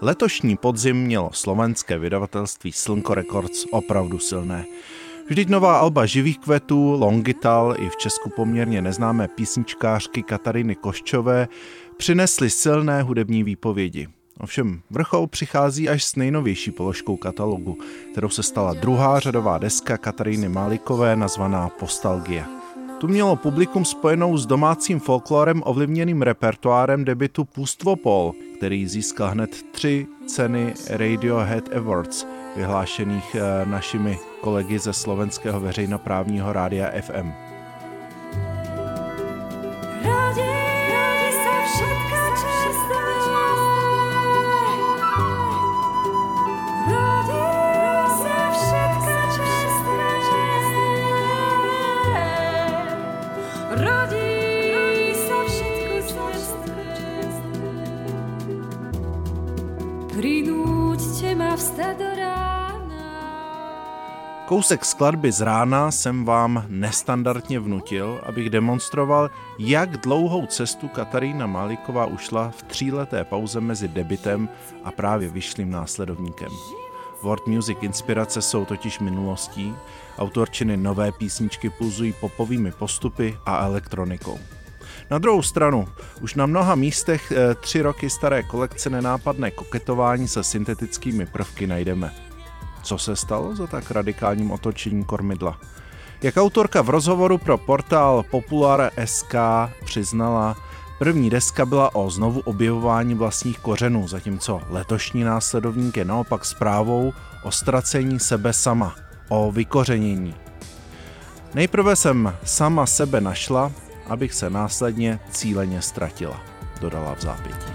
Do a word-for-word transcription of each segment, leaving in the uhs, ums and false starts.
Letošní podzim mělo slovenské vydavatelství Slnko Records opravdu silné. Vždyť nová alba Živých kvetů, Longital i v Česku poměrně neznámé písničkářky Katariny Koščové přinesly silné hudební výpovědi. Ovšem vrchol přichází až s nejnovější položkou katalogu, kterou se stala druhá řadová deska Katariny Málikové nazvaná Postalgia. Tu mělo publikum spojenou s domácím folklorem ovlivněným repertoárem debutu Pustvopol, který získal hned tři ceny Radiohead Awards, vyhlášených našimi kolegy ze slovenského veřejnoprávního rádia F M. Kousek skladby z rána jsem vám nestandardně vnutil, abych demonstroval, jak dlouhou cestu Katarína Máliková ušla v tříleté pauze mezi debutem a právě vyšlým následovníkem. World Music inspirace jsou totiž minulostí, autorčiny nové písničky pulzují popovými postupy a elektronikou. Na druhou stranu, už na mnoha místech e, tři roky staré kolekce nenápadné koketování se syntetickými prvky najdeme. Co se stalo za tak radikálním otočením kormidla? Jak autorka v rozhovoru pro portál Popular tečka es ká přiznala, první deska byla o znovu objevování vlastních kořenů, zatímco letošní následovník je naopak zprávou o ztracení sebe sama, o vykořenění. Nejprve jsem sama sebe našla, abych se následně cíleně ztratila, dodala v zápětí.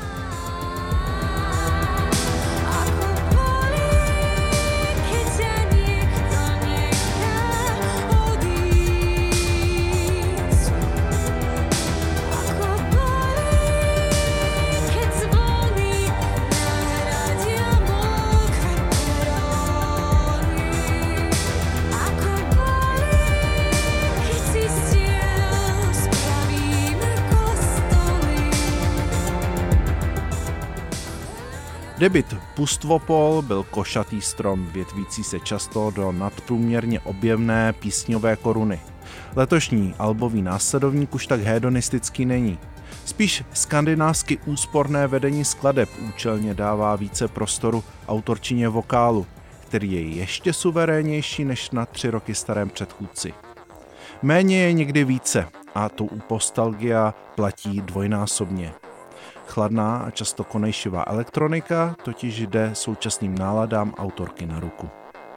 Debut Pustvopol byl košatý strom, větvící se často do nadprůměrně objemné písňové koruny. Letošní albový následovník už tak hedonistický není. Spíš skandinávsky úsporné vedení skladeb účelně dává více prostoru autorčině vokálu, který je ještě suverénnější než na tři roky starém předchůdci. Méně je někdy více a to u Postalgia platí dvojnásobně. Chladná a často konejšivá elektronika totiž jde současným náladám autorky na ruku.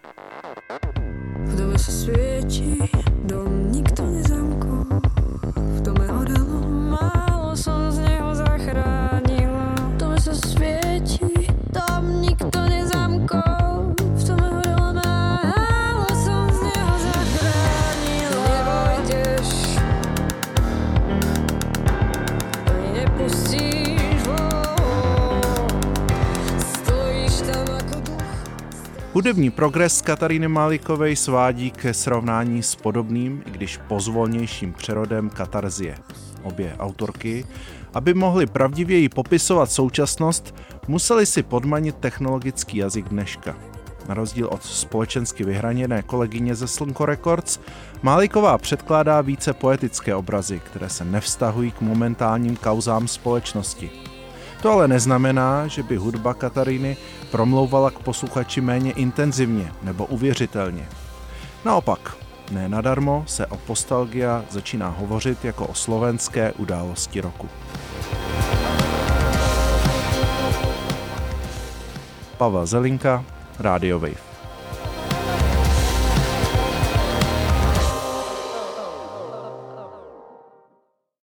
V dome se svieti, dom nikto nezamkol. V dome horelo, málo som z neho zachránila. V dome sa svieti, dom nikto nezamkol. V dome horelo, málo som z neho zachránila. Nevojdeš, ani nepustíš. Hudební progres Kataríny Málikové svádí ke srovnání s podobným, i když pozvolnějším přerodem katarzie. Obě autorky, aby mohly pravdivěji popisovat současnost, museli si podmanit technologický jazyk dneška. Na rozdíl od společensky vyhraněné kolegyně ze Slnko Records, Máliková předkládá více poetické obrazy, které se nevztahují k momentálním kauzám společnosti. To ale neznamená, že by hudba Kataríny promlouvala k posluchači méně intenzivně nebo uvěřitelně. Naopak, ne nadarmo se o Postalgia začíná hovořit jako o slovenské události roku. Pavel Zelinka, Radio Wave.